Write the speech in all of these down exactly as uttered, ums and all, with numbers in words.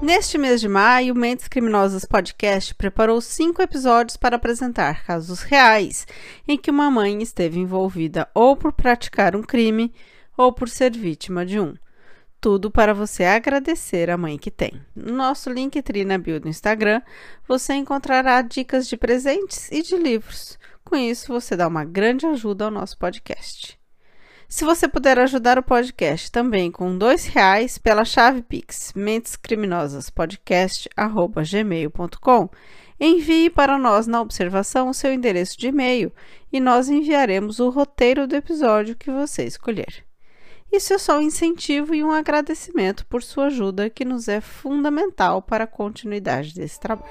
Neste mês de maio, o Mentes Criminosas Podcast preparou cinco episódios para apresentar casos reais em que uma mãe esteve envolvida ou por praticar um crime ou por ser vítima de um. Tudo para você agradecer a mãe que tem. No nosso Linktree na bio do Instagram, você encontrará dicas de presentes e de livros. Com isso, você dá uma grande ajuda ao nosso podcast. Se você puder ajudar o podcast também com dois reais pela chave Pix, mentescriminosaspodcast arroba gmail ponto com, envie para nós na observação o seu endereço de e-mail e nós enviaremos o roteiro do episódio que você escolher. Isso é só um incentivo e um agradecimento por sua ajuda, que nos é fundamental para a continuidade desse trabalho.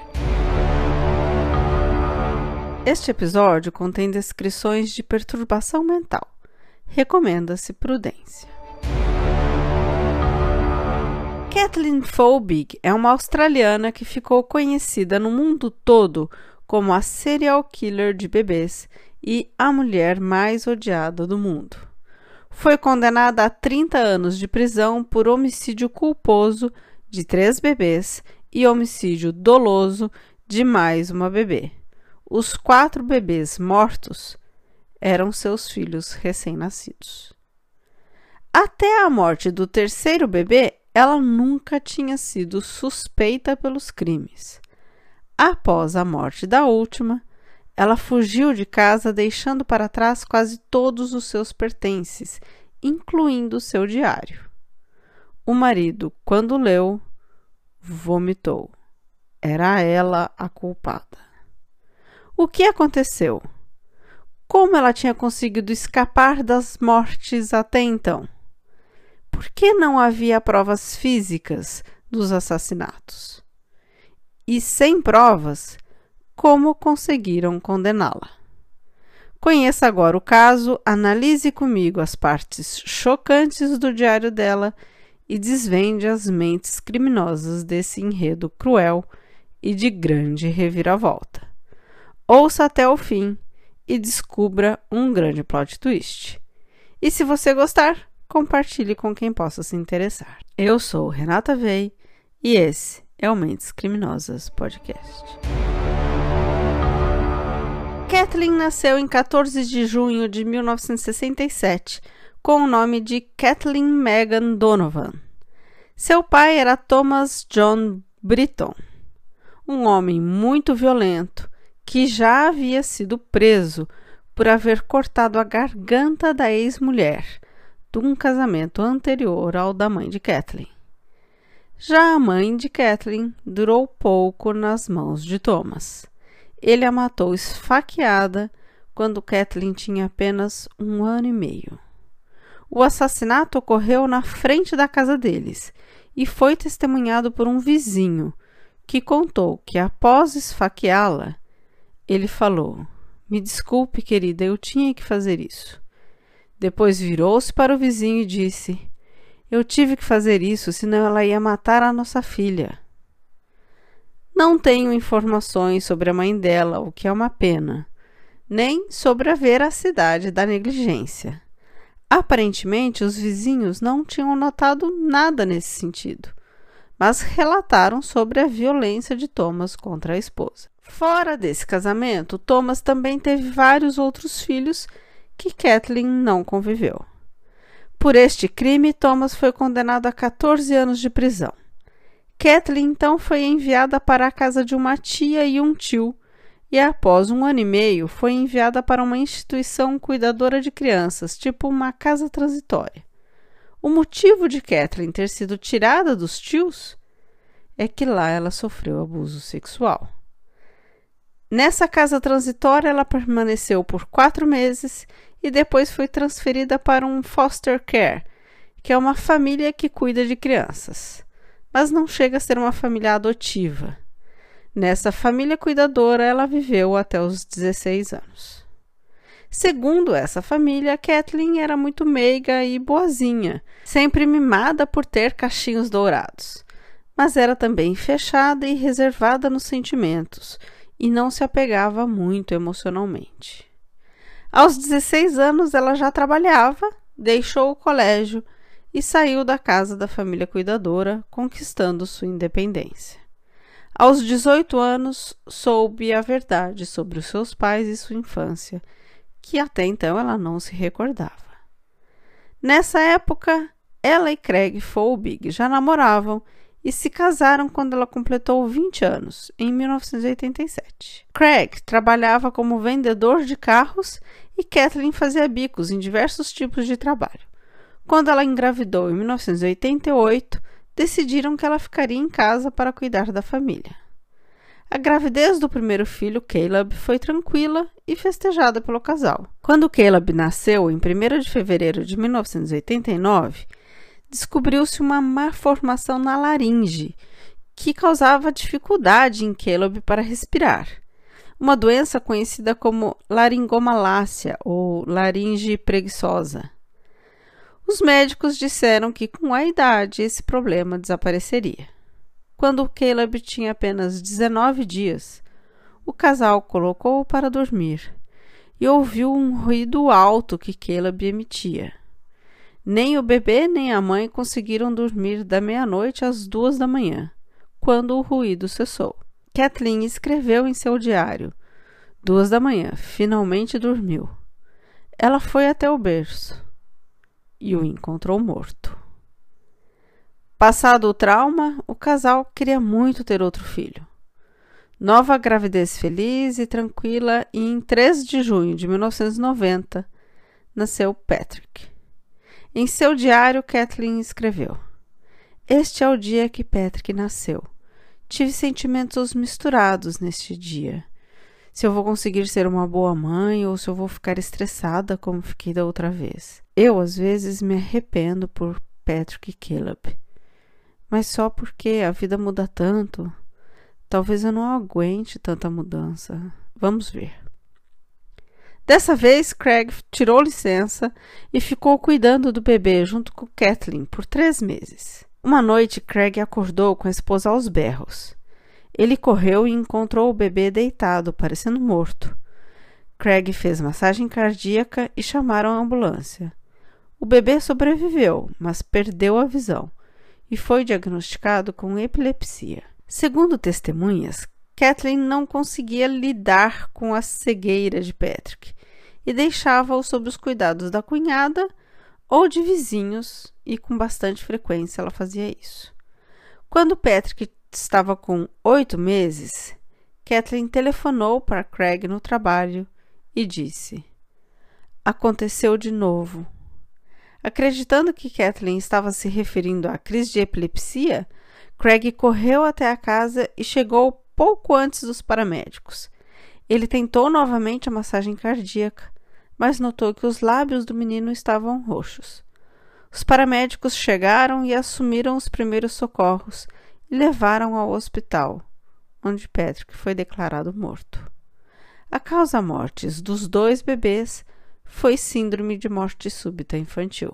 Este episódio contém descrições de perturbação mental. Recomenda-se prudência. Kathleen Folbig é uma australiana que ficou conhecida no mundo todo como a serial killer de bebês e a mulher mais odiada do mundo. Foi condenada a trinta anos de prisão por homicídio culposo de três bebês e homicídio doloso de mais uma bebê. Os quatro bebês mortos eram seus filhos recém-nascidos. Até a morte do terceiro bebê, ela nunca tinha sido suspeita pelos crimes. Após a morte da última, ela fugiu de casa, deixando para trás quase todos os seus pertences, incluindo seu diário. O marido, quando leu, vomitou. Era ela a culpada. O que aconteceu? Como ela tinha conseguido escapar das mortes até então? Por que não havia provas físicas dos assassinatos? E sem provas, como conseguiram condená-la? Conheça agora o caso, analise comigo as partes chocantes do diário dela e desvende as mentes criminosas desse enredo cruel e de grande reviravolta. Ouça até o fim e descubra um grande plot twist. E se você gostar, compartilhe com quem possa se interessar. Eu sou Renata Vei e esse é o Mentes Criminosas Podcast. Kathleen nasceu em quatorze de junho de mil novecentos e sessenta e sete com o nome de Kathleen Megan Donovan. Seu pai era Thomas John Britton, um homem muito violento que já havia sido preso por haver cortado a garganta da ex-mulher de um casamento anterior ao da mãe de Kathleen. Já a mãe de Kathleen durou pouco nas mãos de Thomas. Ele a matou esfaqueada quando Kathleen tinha apenas um ano e meio. O assassinato ocorreu na frente da casa deles e foi testemunhado por um vizinho que contou que, após esfaqueá-la, ele falou: "Me desculpe, querida, eu tinha que fazer isso." Depois virou-se para o vizinho e disse: "Eu tive que fazer isso, senão ela ia matar a nossa filha." Não tenho informações sobre a mãe dela, o que é uma pena, nem sobre a veracidade da negligência. Aparentemente, os vizinhos não tinham notado nada nesse sentido, mas relataram sobre a violência de Thomas contra a esposa. Fora desse casamento, Thomas também teve vários outros filhos que Kathleen não conviveu. Por este crime, Thomas foi condenado a quatorze anos de prisão. Kathleen então foi enviada para a casa de uma tia e um tio, e após um ano e meio foi enviada para uma instituição cuidadora de crianças, tipo uma casa transitória. O motivo de Kathleen ter sido tirada dos tios é que lá ela sofreu abuso sexual. Nessa casa transitória, ela permaneceu por quatro meses e depois foi transferida para um foster care, que é uma família que cuida de crianças, mas não chega a ser uma família adotiva. Nessa família cuidadora, ela viveu até os dezesseis anos. Segundo essa família, Kathleen era muito meiga e boazinha, sempre mimada por ter cachinhos dourados, mas era também fechada e reservada nos sentimentos, e não se apegava muito emocionalmente. Aos dezesseis anos, ela já trabalhava, deixou o colégio e saiu da casa da família cuidadora, conquistando sua independência. Aos dezoito anos, soube a verdade sobre os seus pais e sua infância, que até então ela não se recordava. Nessa época, ela e Craig Folbig já namoravam e se casaram quando ela completou vinte anos, em mil novecentos e oitenta e sete. Craig trabalhava como vendedor de carros e Kathleen fazia bicos em diversos tipos de trabalho. Quando ela engravidou em mil novecentos e oitenta e oito, decidiram que ela ficaria em casa para cuidar da família. A gravidez do primeiro filho, Caleb, foi tranquila e festejada pelo casal. Quando Caleb nasceu, em primeiro de fevereiro de mil novecentos e oitenta e nove, descobriu-se uma má formação na laringe, que causava dificuldade em Caleb para respirar. Uma doença conhecida como laringomalácia ou laringe preguiçosa. Os médicos disseram que com a idade esse problema desapareceria. Quando Caleb tinha apenas dezenove dias, o casal colocou-o para dormir e ouviu um ruído alto que Caleb emitia. Nem o bebê nem a mãe conseguiram dormir da meia-noite às duas da manhã, quando o ruído cessou. Kathleen escreveu em seu diário: duas da manhã, finalmente dormiu. Ela foi até o berço e o encontrou morto. Passado o trauma, o casal queria muito ter outro filho. Nova gravidez feliz e tranquila, e em três de junho de mil novecentos e noventa, nasceu Patrick. Em seu diário, Kathleen escreveu: este é o dia que Patrick nasceu. Tive sentimentos misturados neste dia. Se eu vou conseguir ser uma boa mãe ou se eu vou ficar estressada como fiquei da outra vez. Eu, às vezes, me arrependo por Patrick e Caleb. Mas só porque a vida muda tanto. Talvez eu não aguente tanta mudança. Vamos ver. Dessa vez, Craig tirou licença e ficou cuidando do bebê junto com Kathleen por três meses. Uma noite, Craig acordou com a esposa aos berros. Ele correu e encontrou o bebê deitado, parecendo morto. Craig fez massagem cardíaca e chamaram a ambulância. O bebê sobreviveu, mas perdeu a visão e foi diagnosticado com epilepsia. Segundo testemunhas, Kathleen não conseguia lidar com a cegueira de Patrick e deixava-o sob os cuidados da cunhada ou de vizinhos, e com bastante frequência ela fazia isso. Quando Patrick estava com oito meses, Kathleen telefonou para Craig no trabalho e disse: aconteceu de novo. Acreditando que Kathleen estava se referindo à crise de epilepsia, Craig correu até a casa e chegou pouco antes dos paramédicos. Ele tentou novamente a massagem cardíaca, mas notou que os lábios do menino estavam roxos. Os paramédicos chegaram e assumiram os primeiros socorros e levaram ao hospital, onde Patrick foi declarado morto. A causa-mortes dos dois bebês foi síndrome de morte súbita infantil.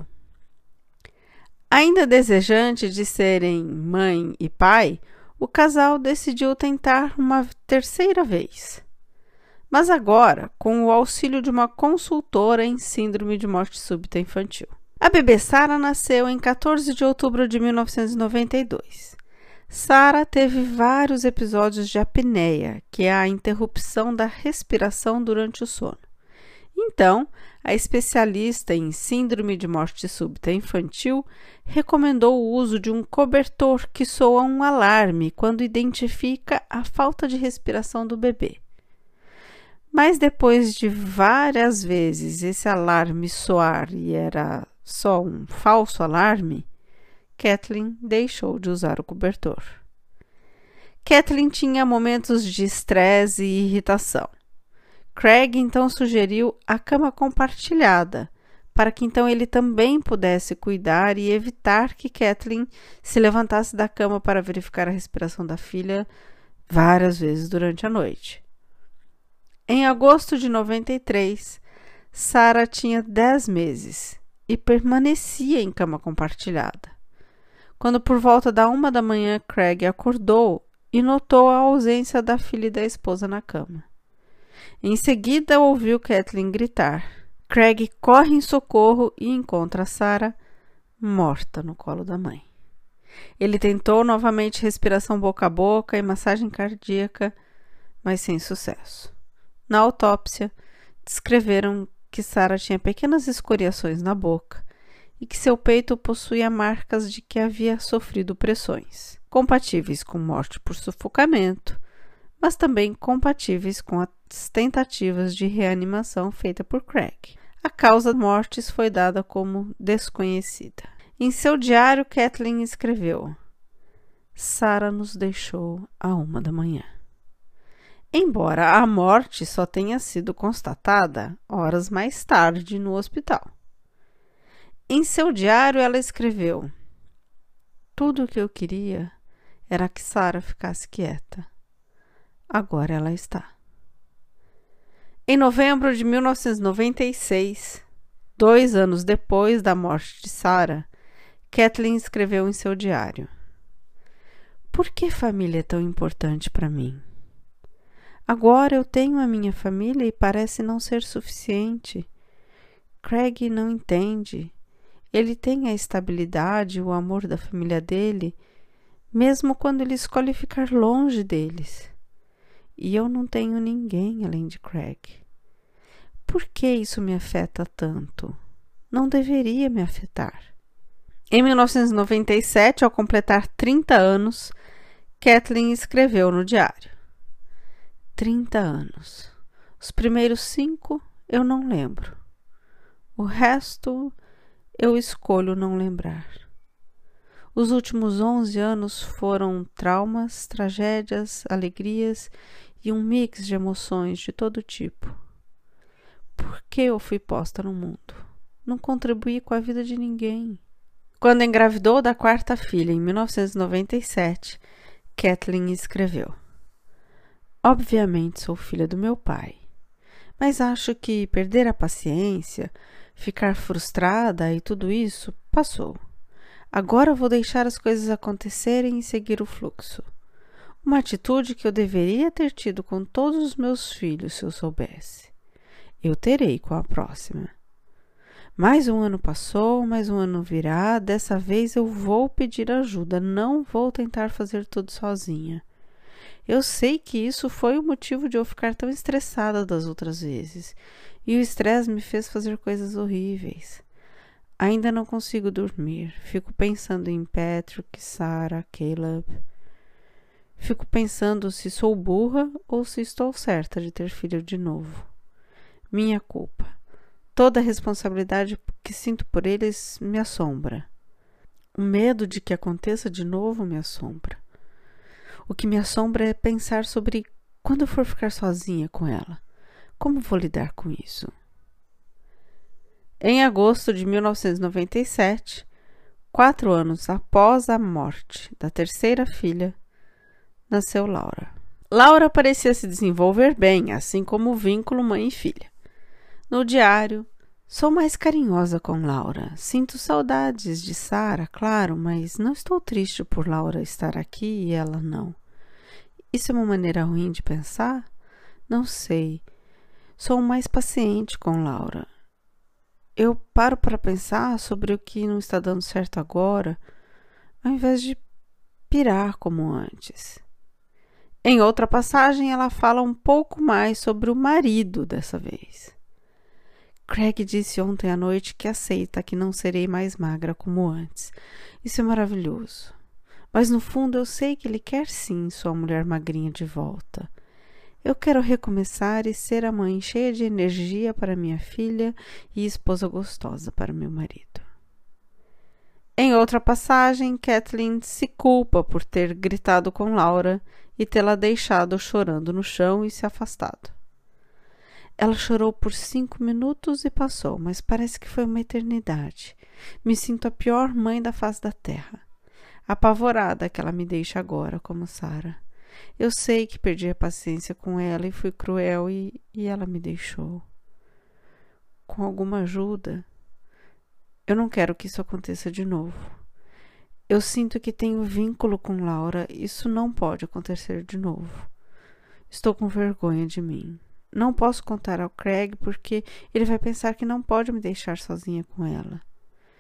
Ainda desejante de serem mãe e pai, o casal decidiu tentar uma terceira vez. Mas agora, com o auxílio de uma consultora em síndrome de morte súbita infantil. A bebê Sarah nasceu em quatorze de outubro de mil novecentos e noventa e dois. Sarah teve vários episódios de apneia, que é a interrupção da respiração durante o sono. Então, a especialista em síndrome de morte súbita infantil recomendou o uso de um cobertor que soa um alarme quando identifica a falta de respiração do bebê. Mas depois de várias vezes esse alarme soar e era só um falso alarme, Kathleen deixou de usar o cobertor. Kathleen tinha momentos de estresse e irritação. Craig então sugeriu a cama compartilhada, para que então ele também pudesse cuidar e evitar que Kathleen se levantasse da cama para verificar a respiração da filha várias vezes durante a noite. Em agosto de noventa e três, Sarah tinha dez meses e permanecia em cama compartilhada. Quando por volta da uma da manhã Craig acordou e notou a ausência da filha e da esposa na cama. Em seguida, ouviu Kathleen gritar. Craig corre em socorro e encontra Sarah morta no colo da mãe. Ele tentou novamente respiração boca a boca e massagem cardíaca, mas sem sucesso. Na autópsia, descreveram que Sarah tinha pequenas escoriações na boca e que seu peito possuía marcas de que havia sofrido pressões, compatíveis com morte por sufocamento, mas também compatíveis com as tentativas de reanimação feita por Craig. A causa das mortes foi dada como desconhecida. Em seu diário, Kathleen escreveu: Sarah nos deixou à uma da manhã. Embora a morte só tenha sido constatada horas mais tarde no hospital. Em seu diário, ela escreveu: tudo o que eu queria era que Sarah ficasse quieta. Agora ela está. Em novembro de mil novecentos e noventa e seis, dois anos depois da morte de Sarah, Kathleen escreveu em seu diário: por que família é tão importante para mim? Agora eu tenho a minha família e parece não ser suficiente. Craig não entende. Ele tem a estabilidade e o amor da família dele, mesmo quando ele escolhe ficar longe deles. E eu não tenho ninguém além de Craig. Por que isso me afeta tanto? Não deveria me afetar. Em mil novecentos e noventa e sete, ao completar trinta anos, Kathleen escreveu no diário: trinta anos. Os primeiros cinco eu não lembro. O resto eu escolho não lembrar. Os últimos onze anos foram traumas, tragédias, alegrias e um mix de emoções de todo tipo. Por que eu fui posta no mundo? Não contribuí com a vida de ninguém. Quando engravidou da quarta filha, em mil novecentos e noventa e sete, Kathleen escreveu: obviamente sou filha do meu pai, mas acho que perder a paciência, ficar frustrada e tudo isso passou. Agora vou deixar as coisas acontecerem e seguir o fluxo. Uma atitude que eu deveria ter tido com todos os meus filhos se eu soubesse. Eu terei com a próxima. Mais um ano passou, mais um ano virá. Dessa vez eu vou pedir ajuda, não vou tentar fazer tudo sozinha. Eu sei que isso foi o motivo de eu ficar tão estressada das outras vezes. E o estresse me fez fazer coisas horríveis. Ainda não consigo dormir. Fico pensando em Patrick, Sarah, Caleb. Fico pensando se sou burra ou se estou certa de ter filho de novo. Minha culpa. Toda a responsabilidade que sinto por eles me assombra. O medo de que aconteça de novo me assombra. O que me assombra é pensar sobre quando eu for ficar sozinha com ela. Como vou lidar com isso? Em agosto de mil novecentos e noventa e sete, quatro anos após a morte da terceira filha, nasceu Laura. Laura parecia se desenvolver bem, assim como o vínculo mãe e filha. No diário: sou mais carinhosa com Laura. Sinto saudades de Sarah, claro, mas não estou triste por Laura estar aqui e ela não. Isso é uma maneira ruim de pensar? Não sei. Sou mais paciente com Laura. Eu paro para pensar sobre o que não está dando certo agora, ao invés de pirar como antes. Em outra passagem, ela fala um pouco mais sobre o marido dessa vez. Craig disse ontem à noite que aceita que não serei mais magra como antes. Isso é maravilhoso. Mas no fundo eu sei que ele quer sim sua mulher magrinha de volta. Eu quero recomeçar e ser a mãe cheia de energia para minha filha e esposa gostosa para meu marido. Em outra passagem, Kathleen se culpa por ter gritado com Laura e tê-la deixado chorando no chão e se afastado. Ela chorou por cinco minutos e passou, mas parece que foi uma eternidade. Me sinto a pior mãe da face da terra. Apavorada que ela me deixa agora, como Sarah. Eu sei que perdi a paciência com ela e fui cruel e, e ela me deixou. Com alguma ajuda, eu não quero que isso aconteça de novo. Eu sinto que tenho vínculo com Laura. Isso não pode acontecer de novo. Estou com vergonha de mim. Não posso contar ao Craig porque ele vai pensar que não pode me deixar sozinha com ela.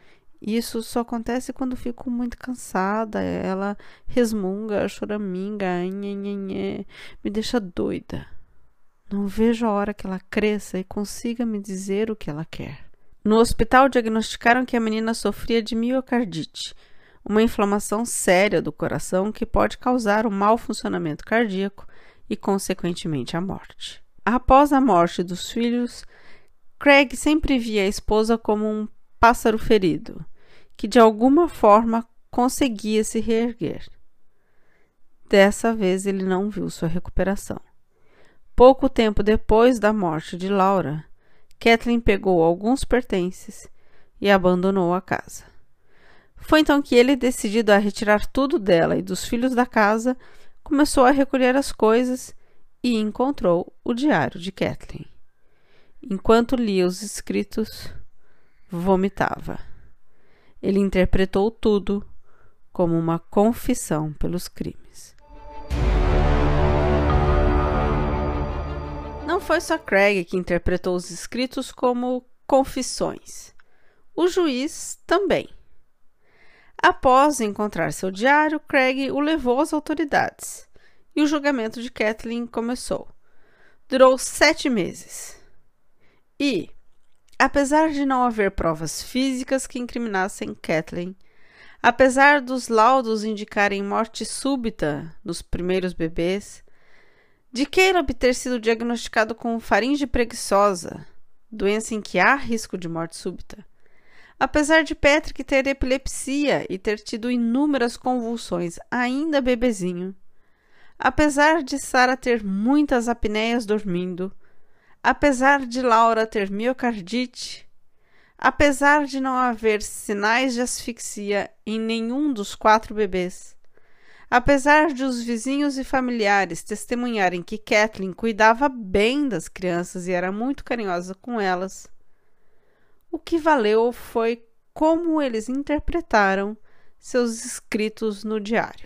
Isso só acontece quando fico muito cansada. Ela resmunga, choraminga, nhenhenhê, me deixa doida. Não vejo a hora que ela cresça e consiga me dizer o que ela quer. No hospital diagnosticaram que a menina sofria de miocardite, uma inflamação séria do coração que pode causar o mau funcionamento cardíaco e, consequentemente, a morte. Após a morte dos filhos, Craig sempre via a esposa como um pássaro ferido, que de alguma forma conseguia se reerguer. Dessa vez ele não viu sua recuperação. Pouco tempo depois da morte de Laura, Kathleen pegou alguns pertences e abandonou a casa. Foi então que ele, decidido a retirar tudo dela e dos filhos da casa, começou a recolher as coisas e encontrou o diário de Kathleen. Enquanto lia os escritos, vomitava. Ele interpretou tudo como uma confissão pelos crimes. Não foi só Craig que interpretou os escritos como confissões. O juiz também. Após encontrar seu diário, Craig o levou às autoridades e o julgamento de Kathleen começou. Durou sete meses. E, apesar de não haver provas físicas que incriminassem Kathleen, apesar dos laudos indicarem morte súbita nos primeiros bebês, de Caleb ter sido diagnosticado com faringe preguiçosa, doença em que há risco de morte súbita, apesar de Patrick ter epilepsia e ter tido inúmeras convulsões ainda bebezinho, apesar de Sarah ter muitas apneias dormindo, apesar de Laura ter miocardite, apesar de não haver sinais de asfixia em nenhum dos quatro bebês, apesar de os vizinhos e familiares testemunharem que Kathleen cuidava bem das crianças e era muito carinhosa com elas, o que valeu foi como eles interpretaram seus escritos no diário.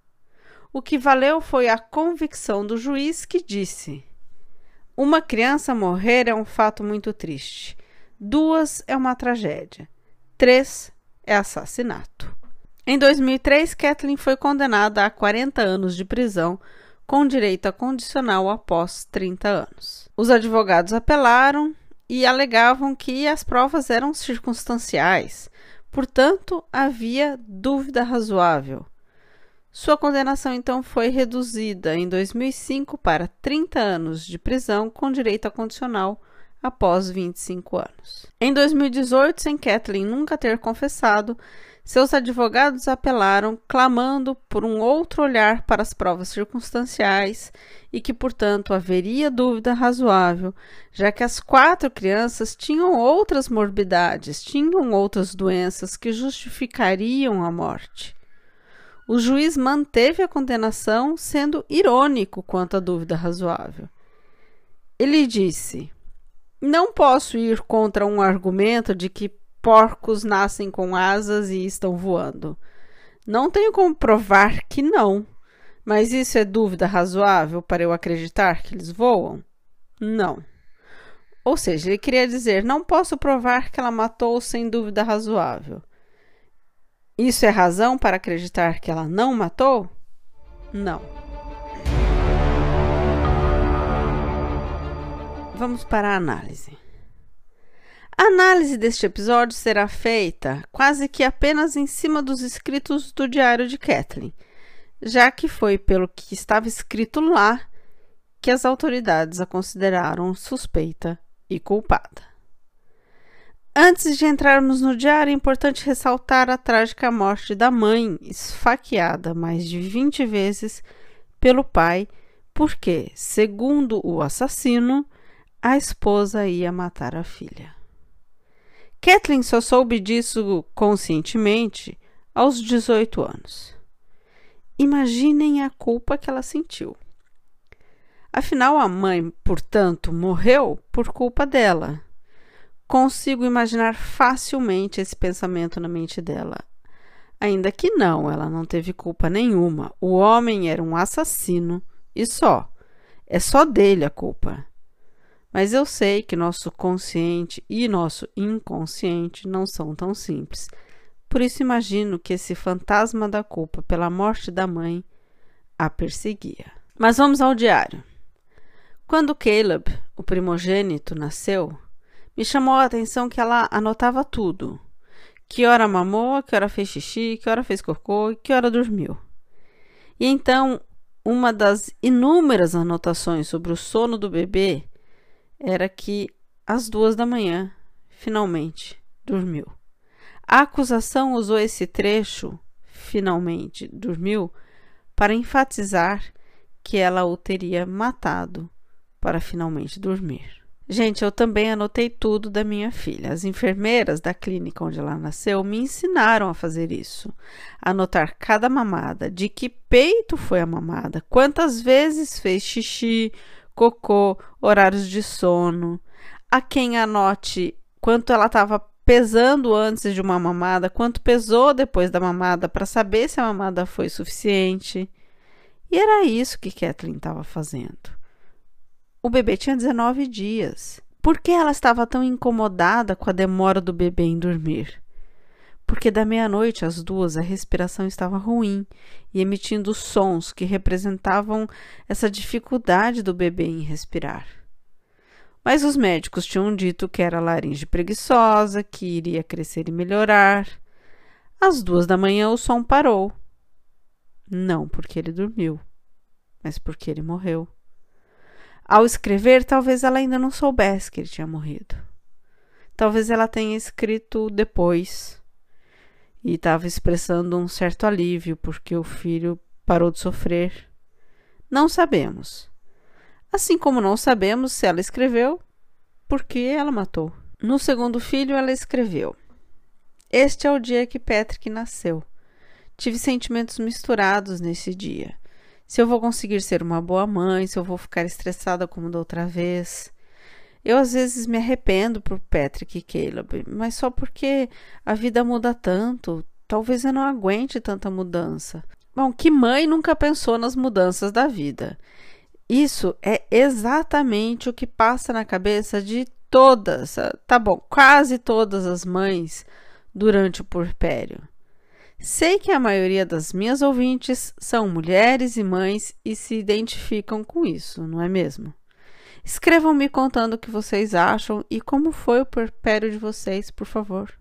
O que valeu foi a convicção do juiz que disse: uma criança morrer é um fato muito triste. Duas é uma tragédia. Três é assassinato. Em dois mil e três, Kathleen foi condenada a quarenta anos de prisão, com direito a condicional após trinta anos. Os advogados apelaram e alegavam que as provas eram circunstanciais, portanto, havia dúvida razoável. Sua condenação, então, foi reduzida em dois mil e cinco para trinta anos de prisão com direito a condicional após vinte e cinco anos. Em dois mil e dezoito, sem Kathleen nunca ter confessado, seus advogados apelaram, clamando por um outro olhar para as provas circunstanciais e que, portanto, haveria dúvida razoável, já que as quatro crianças tinham outras morbidades, tinham outras doenças que justificariam a morte. O juiz manteve a condenação, sendo irônico quanto à dúvida razoável. Ele disse: não posso ir contra um argumento de que porcos nascem com asas e estão voando. Não tenho como provar que não, mas isso é dúvida razoável para eu acreditar que eles voam? Não. Ou seja, ele queria dizer: não posso provar que ela matou sem dúvida razoável. Isso é razão para acreditar que ela não matou? Não. Vamos para a análise. A análise deste episódio será feita quase que apenas em cima dos escritos do diário de Kathleen, já que foi pelo que estava escrito lá que as autoridades a consideraram suspeita e culpada. Antes de entrarmos no diário, é importante ressaltar a trágica morte da mãe, esfaqueada mais de vinte vezes pelo pai, porque, segundo o assassino, a esposa ia matar a filha. Kathleen só soube disso conscientemente aos dezoito anos. Imaginem a culpa que ela sentiu. Afinal, a mãe, portanto, morreu por culpa dela. Consigo imaginar facilmente esse pensamento na mente dela. Ainda que não, ela não teve culpa nenhuma. O homem era um assassino e só. É só dele a culpa. Mas eu sei que nosso consciente e nosso inconsciente não são tão simples. Por isso imagino que esse fantasma da culpa pela morte da mãe a perseguia. Mas vamos ao diário. Quando Caleb, o primogênito, nasceu, me chamou a atenção que ela anotava tudo. Que hora mamou, que hora fez xixi, que hora fez cocô e que hora dormiu. E então, uma das inúmeras anotações sobre o sono do bebê era que às duas da manhã, finalmente, dormiu. A acusação usou esse trecho, finalmente dormiu, para enfatizar que ela o teria matado para finalmente dormir. Gente, eu também anotei tudo da minha filha. As enfermeiras da clínica onde ela nasceu me ensinaram a fazer isso. A anotar cada mamada, de que peito foi a mamada, quantas vezes fez xixi, cocô, horários de sono, a quem anote quanto ela estava pesando antes de uma mamada, quanto pesou depois da mamada para saber se a mamada foi suficiente. E era isso que Kathleen estava fazendo. O bebê tinha dezenove dias. Por que ela estava tão incomodada com a demora do bebê em dormir? Porque da meia-noite às duas a respiração estava ruim e emitindo sons que representavam essa dificuldade do bebê em respirar. Mas os médicos tinham dito que era laringe preguiçosa, que iria crescer e melhorar. Às duas da manhã o som parou. Não porque ele dormiu, mas porque ele morreu. Ao escrever, talvez ela ainda não soubesse que ele tinha morrido. Talvez ela tenha escrito depois e estava expressando um certo alívio porque o filho parou de sofrer. Não sabemos. Assim como não sabemos se ela escreveu porque ela matou. No segundo filho, ela escreveu: Este é o dia que Patrick nasceu. Tive sentimentos misturados nesse dia. Se eu vou conseguir ser uma boa mãe, se eu vou ficar estressada como da outra vez. Eu às vezes me arrependo por Patrick e Caleb, mas só porque a vida muda tanto. Talvez eu não aguente tanta mudança. Bom, que mãe nunca pensou nas mudanças da vida? Isso é exatamente o que passa na cabeça de todas, tá bom, quase todas as mães durante o puerpério. Sei que a maioria das minhas ouvintes são mulheres e mães e se identificam com isso, não é mesmo? Escrevam-me contando o que vocês acham e como foi o puerpério de vocês, por favor.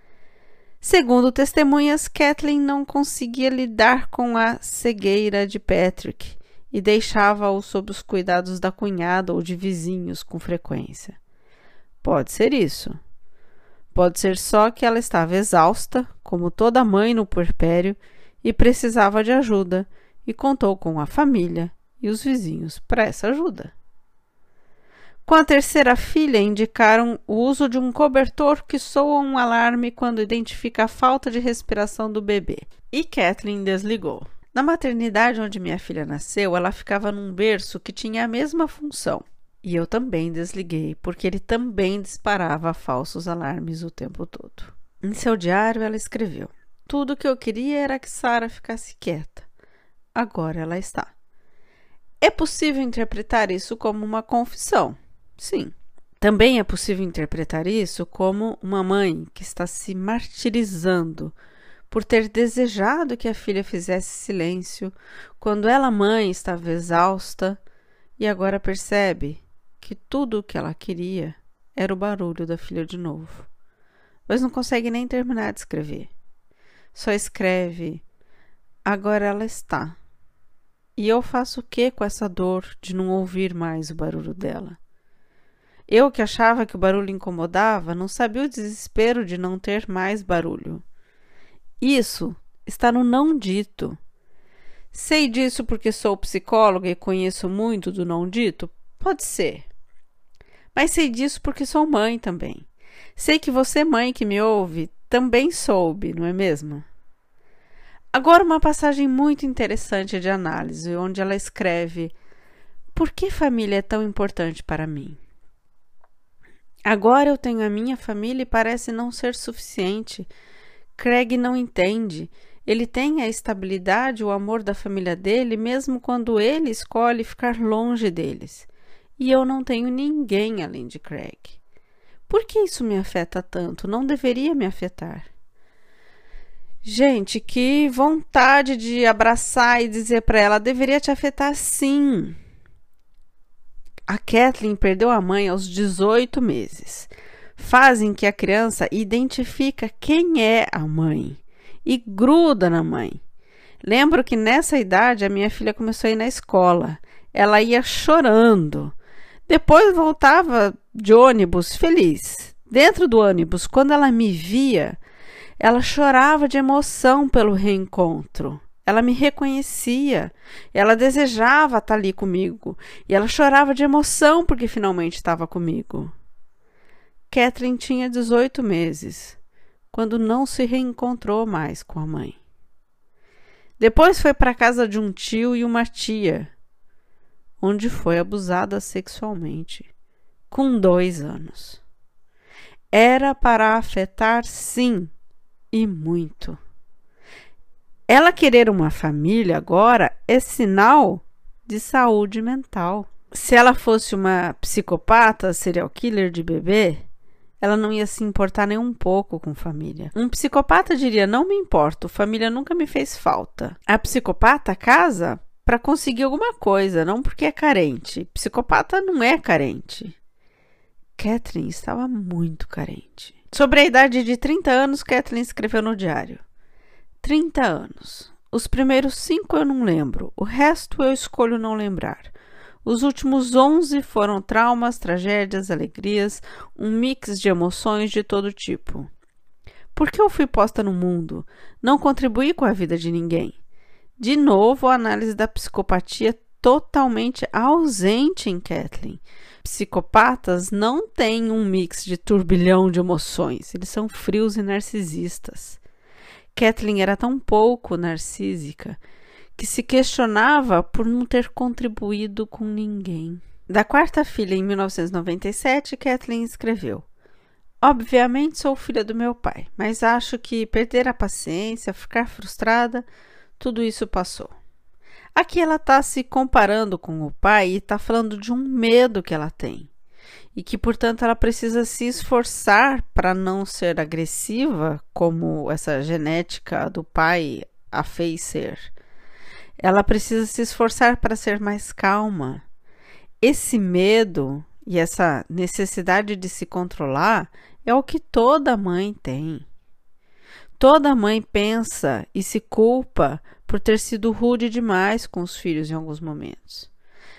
Segundo testemunhas, Kathleen não conseguia lidar com a cegueira de Patrick e deixava-o sob os cuidados da cunhada ou de vizinhos com frequência. Pode ser isso. Pode ser só que ela estava exausta, como toda mãe no puerpério, e precisava de ajuda, e contou com a família e os vizinhos para essa ajuda. Com a terceira filha, indicaram o uso de um cobertor que soa um alarme quando identifica a falta de respiração do bebê, e Kathleen desligou. Na maternidade onde minha filha nasceu, ela ficava num berço que tinha a mesma função. E eu também desliguei, porque ele também disparava falsos alarmes o tempo todo. Em seu diário, ela escreveu: Tudo o que eu queria era que Sarah ficasse quieta. Agora ela está. É possível interpretar isso como uma confissão? Sim. Também é possível interpretar isso como uma mãe que está se martirizando por ter desejado que a filha fizesse silêncio quando ela, mãe, estava exausta e agora percebe que tudo o que ela queria era o barulho da filha de novo. Mas não consegue nem terminar de escrever. Só escreve: agora ela está. E eu faço o que com essa dor de não ouvir mais o barulho dela? Eu que achava que o barulho incomodava, não sabia o desespero de não ter mais barulho. Isso está no não dito. Sei disso porque sou psicóloga e conheço muito do não dito? Pode ser. Mas sei disso porque sou mãe também. Sei que você, mãe que me ouve, também soube, não é mesmo? Agora uma passagem muito interessante de análise, onde ela escreve: Por que família é tão importante para mim? Agora eu tenho a minha família e parece não ser suficiente. Craig não entende. Ele tem a estabilidade e o amor da família dele, mesmo quando ele escolhe ficar longe deles. E eu não tenho ninguém além de Craig. Por que isso me afeta tanto? Não deveria me afetar. Gente, que vontade de abraçar e dizer para ela, deveria te afetar sim. A Kathleen perdeu a mãe aos dezoito meses. Fase em que a criança identifica quem é a mãe e gruda na mãe. Lembro que nessa idade a minha filha começou a ir na escola. Ela ia chorando. Depois voltava de ônibus feliz. Dentro do ônibus, quando ela me via, ela chorava de emoção pelo reencontro. Ela me reconhecia. Ela desejava estar ali comigo. E ela chorava de emoção porque finalmente estava comigo. Kathleen tinha dezoito meses, quando não se reencontrou mais com a mãe. Depois foi para a casa de um tio e uma tia, onde foi abusada sexualmente, com dois anos. Era para afetar, sim, e muito. Ela querer uma família agora é sinal de saúde mental. Se ela fosse uma psicopata, serial killer de bebê, ela não ia se importar nem um pouco com família. Um psicopata diria, não me importo, família nunca me fez falta. A psicopata casa para conseguir alguma coisa, não porque é carente. Psicopata não é carente. Kathleen estava muito carente. Sobre a idade de trinta anos, Kathleen escreveu no diário. trinta anos. Os primeiros cinco eu não lembro, o resto eu escolho não lembrar. Os últimos onze foram traumas, tragédias, alegrias, um mix de emoções de todo tipo. Por que eu fui posta no mundo? Não contribuí com a vida de ninguém. De novo, a análise da psicopatia totalmente ausente em Kathleen. Psicopatas não têm um mix de turbilhão de emoções, eles são frios e narcisistas. Kathleen era tão pouco narcísica que se questionava por não ter contribuído com ninguém. Da quarta filha, em mil novecentos e noventa e sete, Kathleen escreveu: obviamente sou filha do meu pai, mas acho que perder a paciência, ficar frustrada, tudo isso passou. Aqui ela está se comparando com o pai e está falando de um medo que ela tem. E que, portanto, ela precisa se esforçar para não ser agressiva, como essa genética do pai a fez ser. Ela precisa se esforçar para ser mais calma. Esse medo e essa necessidade de se controlar é o que toda mãe tem. Toda mãe pensa e se culpa por ter sido rude demais com os filhos em alguns momentos.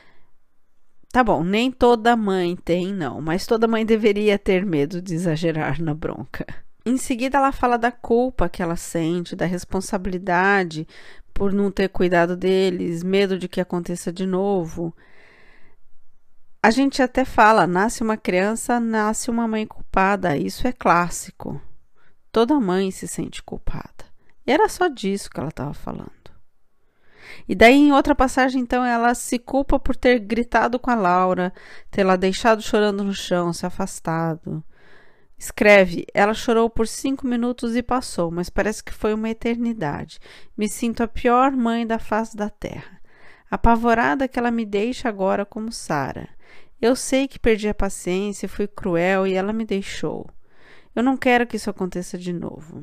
Tá bom, nem toda mãe tem, não, mas toda mãe deveria ter medo de exagerar na bronca. Em seguida, ela fala da culpa que ela sente, da responsabilidade por não ter cuidado deles, medo de que aconteça de novo. A gente até fala, nasce uma criança, nasce uma mãe culpada, isso é clássico. Toda mãe se sente culpada. E era só disso que ela estava falando. E daí, em outra passagem, então, ela se culpa por ter gritado com a Laura, ter lá deixado chorando no chão, se afastado. Escreve, ela chorou por cinco minutos e passou, mas parece que foi uma eternidade. Me sinto a pior mãe da face da terra. Apavorada que ela me deixa agora como Sara. Eu sei que perdi a paciência, fui cruel e ela me deixou. Eu não quero que isso aconteça de novo.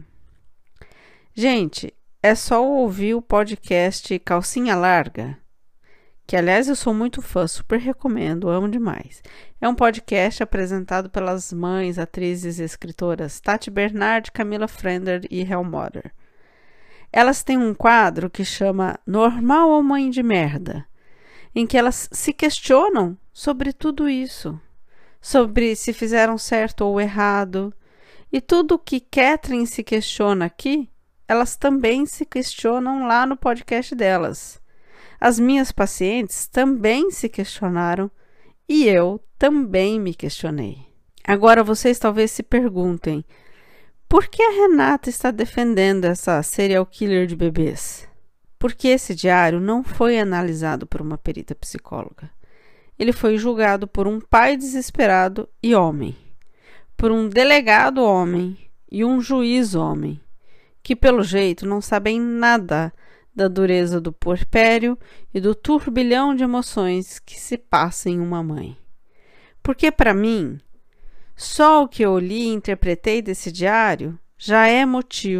Gente, é só ouvir o podcast Calcinha Larga, que, aliás, eu sou muito fã, super recomendo, amo demais. É um podcast apresentado pelas mães, atrizes e escritoras Tati Bernard, Camila Frender e Hel Motter. Elas têm um quadro que chama Normal ou Mãe de Merda, em que elas se questionam sobre tudo isso, sobre se fizeram certo ou errado. E tudo o que Kathleen se questiona aqui, elas também se questionam lá no podcast delas. As minhas pacientes também se questionaram e eu também me questionei. Agora vocês talvez se perguntem, por que a Renata está defendendo essa serial killer de bebês? Porque esse diário não foi analisado por uma perita psicóloga. Ele foi julgado por um pai desesperado e homem, por um delegado homem e um juiz homem, que pelo jeito não sabem nada da dureza do puerpério e do turbilhão de emoções que se passa em uma mãe. Porque para mim, só o que eu li e interpretei desse diário já é motivo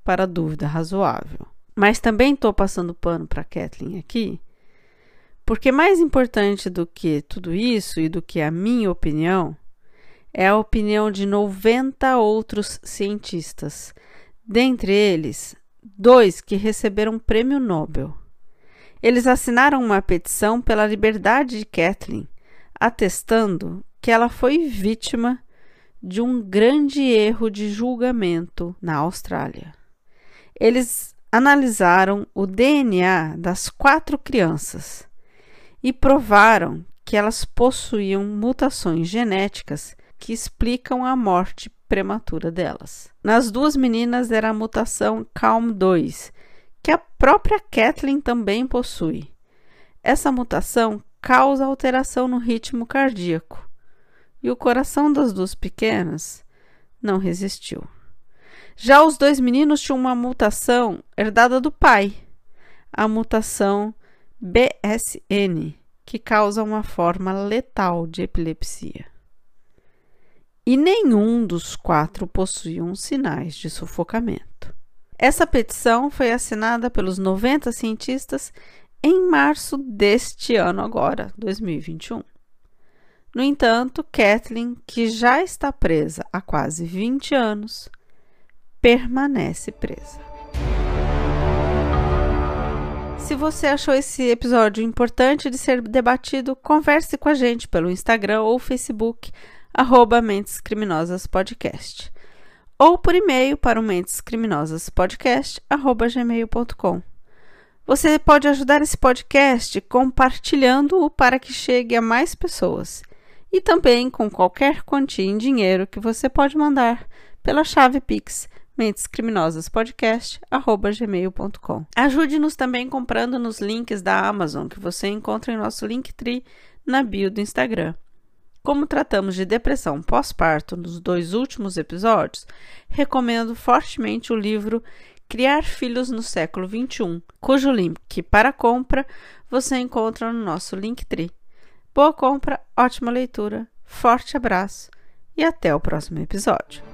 para dúvida razoável. Mas também estou passando pano para Kathleen aqui, porque mais importante do que tudo isso e do que a minha opinião, é a opinião de noventa outros cientistas, dentre eles, dois que receberam o prêmio Nobel. Eles assinaram uma petição pela liberdade de Kathleen, atestando que ela foi vítima de um grande erro de julgamento na Austrália. Eles analisaram o D N A das quatro crianças e provaram que elas possuíam mutações genéticas que explicam a morte prematura delas. Nas duas meninas era a mutação C A L M dois, que a própria Kathleen também possui. Essa mutação causa alteração no ritmo cardíaco, e o coração das duas pequenas não resistiu. Já os dois meninos tinham uma mutação herdada do pai, a mutação B S N, que causa uma forma letal de epilepsia. E nenhum dos quatro possuíam sinais de sufocamento. Essa petição foi assinada pelos noventa cientistas em março deste ano agora, dois mil e vinte e um. No entanto, Kathleen, que já está presa há quase vinte anos, permanece presa. Se você achou esse episódio importante de ser debatido, converse com a gente pelo Instagram ou Facebook, arroba Mentes Criminosas Podcast, ou por e-mail para o mentescriminosaspodcast, arroba gmail ponto com. Você pode ajudar esse podcast compartilhando-o para que chegue a mais pessoas, e também com qualquer quantia em dinheiro que você pode mandar pela chave Pix, mentescriminosaspodcast, arroba gmail ponto com. Ajude-nos também comprando nos links da Amazon, que você encontra em nosso Linktree na bio do Instagram. Como tratamos de depressão pós-parto nos dois últimos episódios, recomendo fortemente o livro Criar Filhos no Século vinte e um, cujo link para compra você encontra no nosso Linktree. Boa compra, ótima leitura, forte abraço e até o próximo episódio.